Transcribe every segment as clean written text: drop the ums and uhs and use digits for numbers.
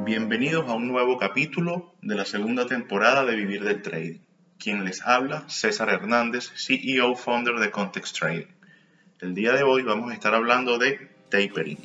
Bienvenidos a un nuevo capítulo de la segunda temporada de Vivir del Trading. Quien les habla, César Hernández, CEO Founder de Context Trading. El día de hoy vamos a estar hablando de tapering.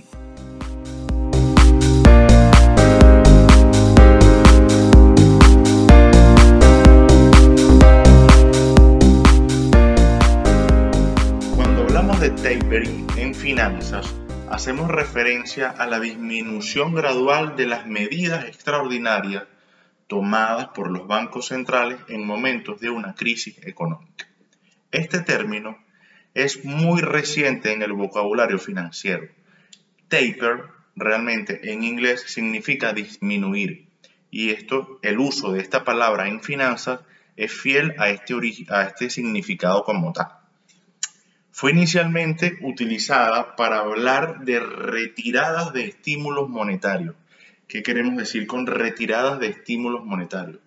Cuando hablamos de tapering en finanzas, hacemos referencia a la disminución gradual de las medidas extraordinarias tomadas por los bancos centrales en momentos de una crisis económica. Este término es muy reciente en el vocabulario financiero. Taper realmente en inglés significa disminuir, y el uso de esta palabra en finanzas es fiel a este significado como tal. Fue inicialmente utilizada para hablar de retiradas de estímulos monetarios. ¿Qué queremos decir con retiradas de estímulos monetarios?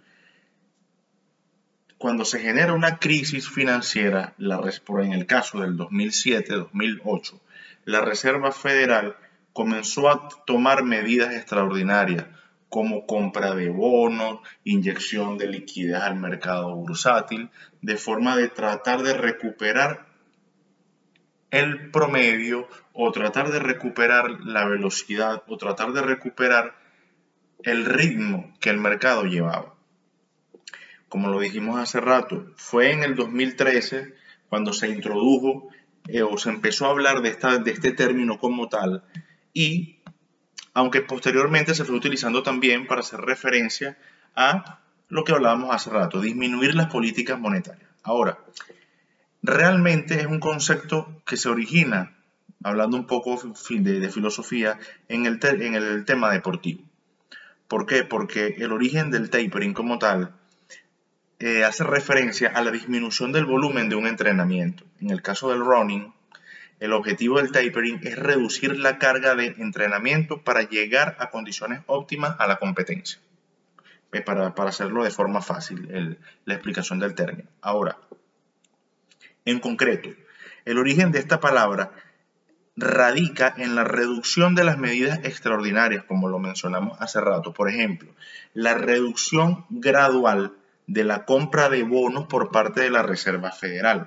Cuando se genera una crisis financiera, en el caso del 2007-2008, la Reserva Federal comenzó a tomar medidas extraordinarias como compra de bonos, inyección de liquidez al mercado bursátil, de forma de tratar de recuperar el promedio o tratar de recuperar la velocidad o tratar de recuperar el ritmo que el mercado llevaba. Como lo dijimos hace rato, fue en el 2013 cuando se introdujo o se empezó a hablar de este término como tal, y aunque posteriormente se fue utilizando también para hacer referencia a lo que hablábamos hace rato, disminuir las políticas monetarias. Ahora, realmente es un concepto que se origina, hablando un poco de filosofía, en el tema deportivo. ¿Por qué? Porque el origen del tapering como tal hace referencia a la disminución del volumen de un entrenamiento. En el caso del running, el objetivo del tapering es reducir la carga de entrenamiento para llegar a condiciones óptimas a la competencia. Para hacerlo de forma fácil, la explicación del término. Ahora, en concreto, el origen de esta palabra radica en la reducción de las medidas extraordinarias, como lo mencionamos hace rato. Por ejemplo, la reducción gradual de la compra de bonos por parte de la Reserva Federal.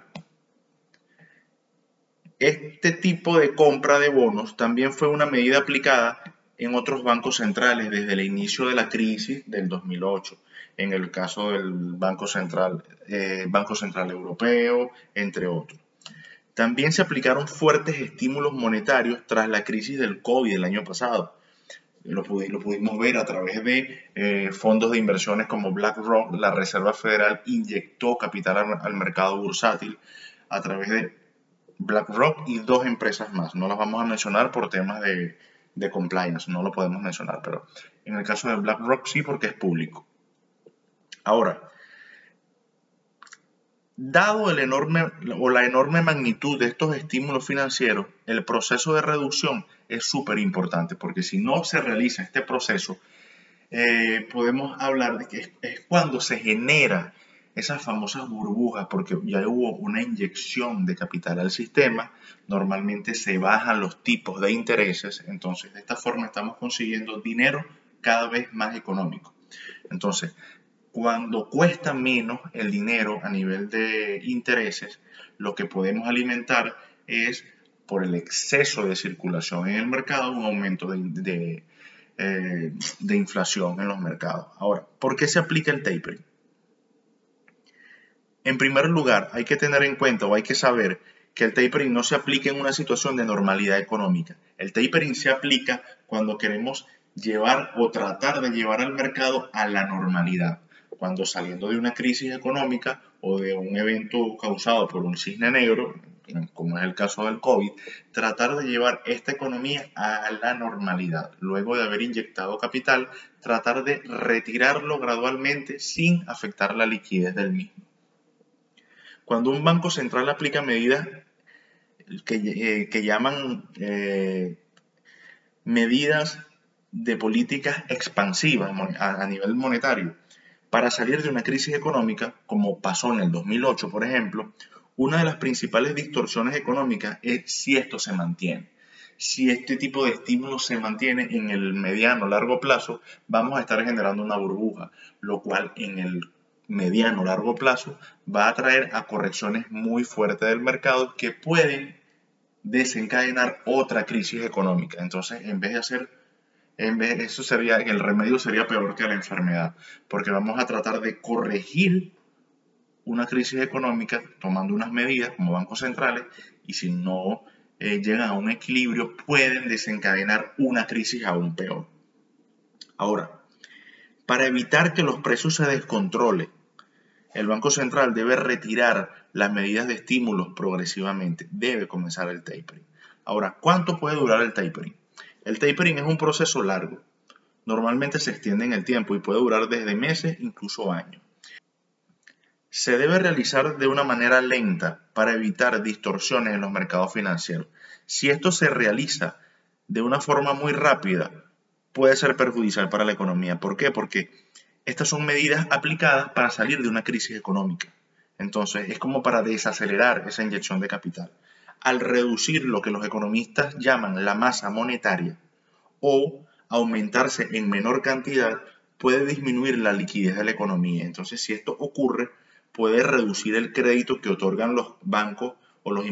Este tipo de compra de bonos también fue una medida aplicada en otros bancos centrales desde el inicio de la crisis del 2008, en el caso del Banco Central Europeo, entre otros. También se aplicaron fuertes estímulos monetarios tras la crisis del COVID el año pasado. Lo pudimos ver a través de fondos de inversiones como BlackRock. La Reserva Federal inyectó capital al mercado bursátil a través de BlackRock y dos empresas más. No las vamos a mencionar por temas de compliance, no lo podemos mencionar, pero en el caso de BlackRock sí, porque es público. Ahora, dado la enorme magnitud de estos estímulos financieros, el proceso de reducción es súper importante, porque si no se realiza este proceso, podemos hablar de que es cuando se genera esas famosas burbujas, porque ya hubo una inyección de capital al sistema, normalmente se bajan los tipos de intereses, entonces de esta forma estamos consiguiendo dinero cada vez más económico. Entonces, cuando cuesta menos el dinero a nivel de intereses, lo que podemos alimentar es, por el exceso de circulación en el mercado, un aumento de inflación en los mercados. Ahora, ¿por qué se aplica el tapering? En primer lugar, hay que tener en cuenta o hay que saber que el tapering no se aplica en una situación de normalidad económica. El tapering se aplica cuando queremos llevar o tratar de llevar al mercado a la normalidad. Cuando saliendo de una crisis económica o de un evento causado por un cisne negro, como es el caso del COVID, tratar de llevar esta economía a la normalidad. Luego de haber inyectado capital, tratar de retirarlo gradualmente sin afectar la liquidez del mismo. Cuando un banco central aplica medidas que llaman medidas de políticas expansivas a nivel monetario, para salir de una crisis económica, como pasó en el 2008, por ejemplo, una de las principales distorsiones económicas es si esto se mantiene. Si este tipo de estímulo se mantiene en el mediano o largo plazo, vamos a estar generando una burbuja, lo cual en el mediano o largo plazo va a traer a correcciones muy fuertes del mercado que pueden desencadenar otra crisis económica. Entonces, eso sería, el remedio sería peor que la enfermedad, porque vamos a tratar de corregir una crisis económica tomando unas medidas como bancos centrales, y si no llegan a un equilibrio pueden desencadenar una crisis aún peor. Ahora, para evitar que los precios se descontrolen, el Banco Central debe retirar las medidas de estímulos progresivamente, debe comenzar el tapering. Ahora, ¿cuánto puede durar el tapering? El tapering es un proceso largo, normalmente se extiende en el tiempo y puede durar desde meses, incluso años. Se debe realizar de una manera lenta para evitar distorsiones en los mercados financieros. Si esto se realiza de una forma muy rápida, puede ser perjudicial para la economía. ¿Por qué? Porque estas son medidas aplicadas para salir de una crisis económica. Entonces, es como para desacelerar esa inyección de capital. Al reducir lo que los economistas llaman la masa monetaria o aumentarse en menor cantidad, puede disminuir la liquidez de la economía. Entonces, si esto ocurre, puede reducir el crédito que otorgan los bancos o los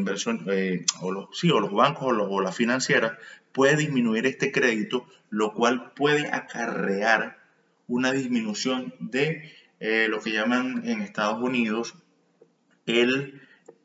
los bancos o las financieras, puede disminuir este crédito, lo cual puede acarrear una disminución de lo que llaman en Estados Unidos el,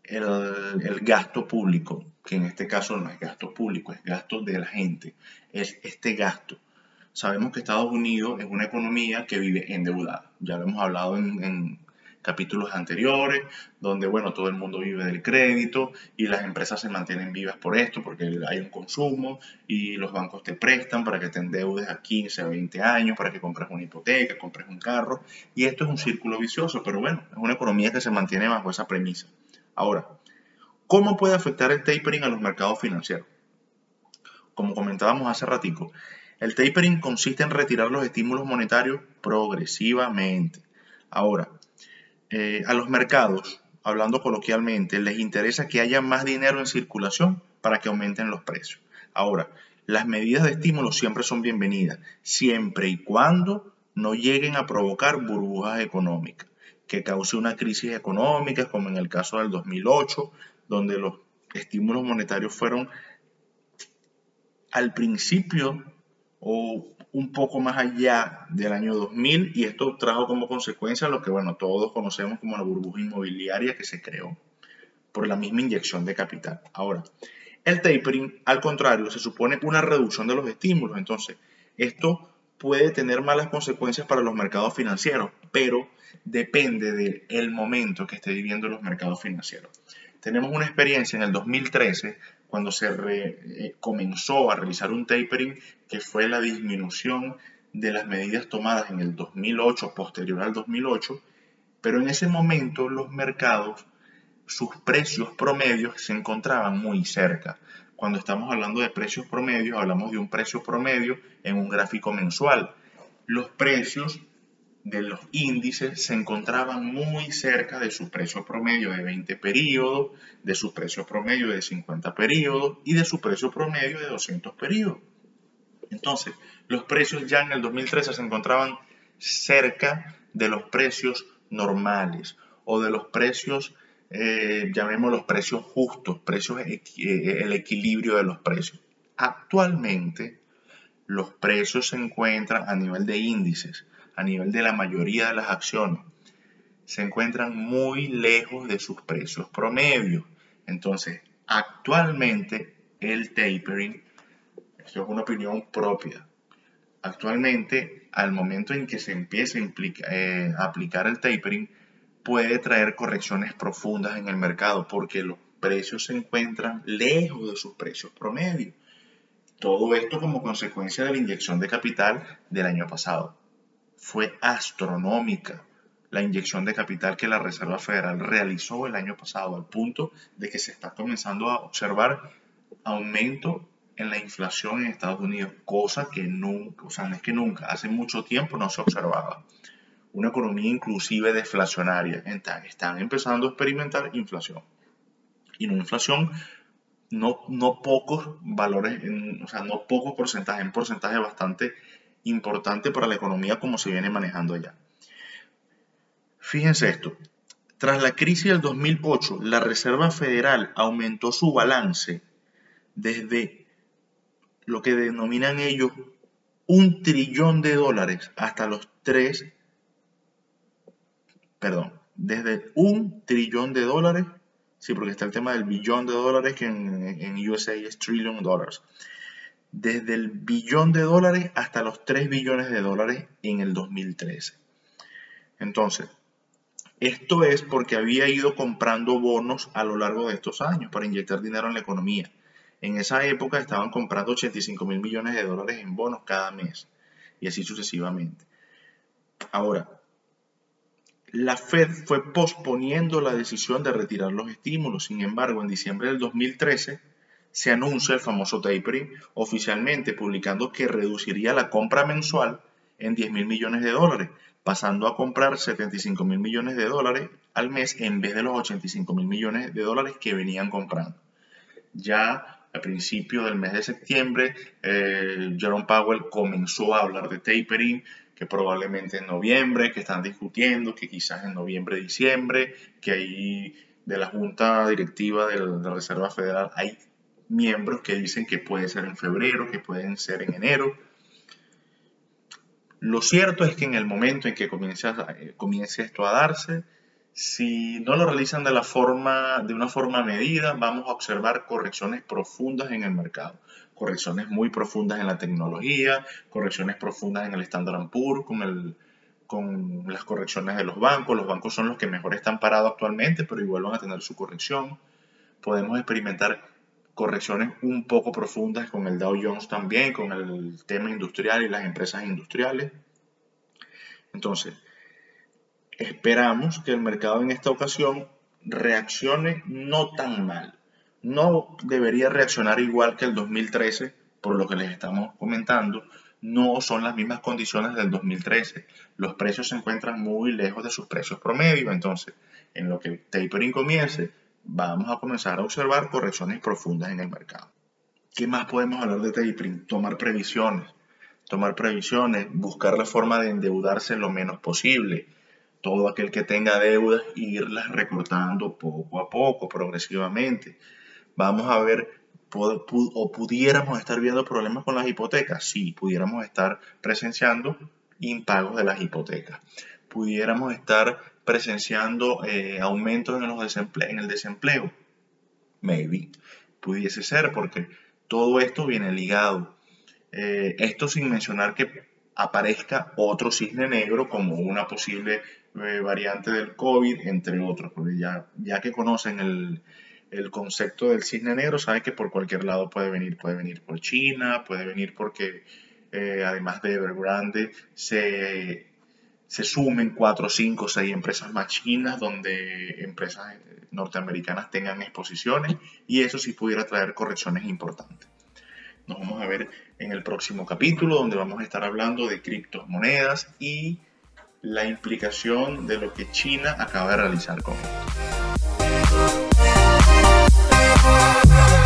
el gasto público, que en este caso no es gasto público, es gasto de la gente, es este gasto. Sabemos que Estados Unidos es una economía que vive endeudada, ya lo hemos hablado en capítulos anteriores, donde, bueno, todo el mundo vive del crédito y las empresas se mantienen vivas por esto, porque hay un consumo y los bancos te prestan para que te endeudes a 15 a 20 años, para que compres una hipoteca, compres un carro, y esto es un círculo vicioso, pero bueno, es una economía que se mantiene bajo esa premisa. Ahora, ¿cómo puede afectar el tapering a los mercados financieros? Como comentábamos hace ratico, el tapering consiste en retirar los estímulos monetarios progresivamente. Ahora, a los mercados, hablando coloquialmente, les interesa que haya más dinero en circulación para que aumenten los precios. Ahora, las medidas de estímulo siempre son bienvenidas, siempre y cuando no lleguen a provocar burbujas económicas, que cause una crisis económica, como en el caso del 2008, donde los estímulos monetarios fueron al principio o un poco más allá del año 2000, y esto trajo como consecuencia lo que, bueno, todos conocemos como la burbuja inmobiliaria que se creó por la misma inyección de capital. Ahora, el tapering, al contrario, se supone una reducción de los estímulos. Entonces, esto puede tener malas consecuencias para los mercados financieros, pero depende del momento que esté viviendo los mercados financieros. Tenemos una experiencia en el 2013 cuando se comenzó a realizar un tapering, que fue la disminución de las medidas tomadas en el 2008, posterior al 2008, pero en ese momento los mercados, sus precios promedios se encontraban muy cerca. Cuando estamos hablando de precios promedios, hablamos de un precio promedio en un gráfico mensual. Los precios de los índices se encontraban muy cerca de su precio promedio de 20 periodos, de su precio promedio de 50 periodos y de su precio promedio de 200 periodos. Entonces, los precios ya en el 2013 se encontraban cerca de los precios normales o de los precios, llamémoslos precios justos, el equilibrio de los precios. Actualmente, los precios se encuentran a nivel de índices, a nivel de la mayoría de las acciones, se encuentran muy lejos de sus precios promedios. Entonces, actualmente el tapering, esto es una opinión propia, actualmente al momento en que se empiece a aplicar el tapering, puede traer correcciones profundas en el mercado porque los precios se encuentran lejos de sus precios promedios. Todo esto como consecuencia de la inyección de capital del año pasado. Fue astronómica la inyección de capital que la Reserva Federal realizó el año pasado, al punto de que se está comenzando a observar aumento en la inflación en Estados Unidos, cosa que nunca, o sea, no es que nunca, hace mucho tiempo no se observaba. Una economía inclusive deflacionaria. Están empezando a experimentar inflación. Y no inflación no pocos valores, no pocos porcentajes, un porcentaje bastante importante para la economía como se viene manejando allá. Fíjense esto, tras la crisis del 2008, la Reserva Federal aumentó su balance desde lo que denominan ellos $1 trillón hasta los desde $1 trillón, sí, porque está el tema del billón de dólares que en USA es trillion dollars. Desde el billón de dólares hasta los $3 billones en el 2013. Entonces, esto es porque había ido comprando bonos a lo largo de estos años para inyectar dinero en la economía. En esa época estaban comprando $85,000 millones en bonos cada mes y así sucesivamente. Ahora, la Fed fue posponiendo la decisión de retirar los estímulos. Sin embargo, en diciembre del 2013 se anuncia el famoso tapering oficialmente, publicando que reduciría la compra mensual en $10,000 millones, pasando a comprar $75,000 millones al mes en vez de los $85,000 millones que venían comprando. Ya a principios del mes de septiembre, Jerome Powell comenzó a hablar de tapering, que probablemente en noviembre, que están discutiendo, que quizás en noviembre, diciembre, que ahí de la Junta Directiva de la Reserva Federal hay miembros que dicen que puede ser en febrero, que pueden ser en enero. Lo cierto es que en el momento en que comience esto a darse, si no lo realizan de una forma medida, vamos a observar correcciones profundas en el mercado. Correcciones muy profundas en la tecnología, correcciones profundas en el Standard & Poor's, con las correcciones de los bancos. Los bancos son los que mejor están parados actualmente, pero igual van a tener su corrección. Podemos experimentar correcciones un poco profundas con el Dow Jones también, con el tema industrial y las empresas industriales. Entonces, esperamos que el mercado en esta ocasión reaccione no tan mal. No debería reaccionar igual que el 2013, por lo que les estamos comentando. No son las mismas condiciones del 2013. Los precios se encuentran muy lejos de sus precios promedio. Entonces, en lo que el tapering comience, vamos a comenzar a observar correcciones profundas en el mercado. ¿Qué más podemos hablar de tapering? Tomar previsiones, buscar la forma de endeudarse lo menos posible. Todo aquel que tenga deudas, irlas recortando poco a poco, progresivamente. Vamos a ver, pudiéramos estar viendo problemas con las hipotecas. Sí, pudiéramos estar presenciando impagos de las hipotecas. Pudiéramos estar presenciando aumentos en el desempleo. Maybe. Pudiese ser, porque todo esto viene ligado. Esto sin mencionar que aparezca otro cisne negro como una posible variante del COVID, entre otros, porque ya que conocen el concepto del cisne negro, saben que por cualquier lado puede venir por China, puede venir porque además de Evergrande se sumen 4, 5, 6 empresas más chinas, donde empresas norteamericanas tengan exposiciones, y eso sí pudiera traer correcciones importantes. Nos vamos a ver en el próximo capítulo, donde vamos a estar hablando de criptomonedas y la implicación de lo que China acaba de realizar con esto.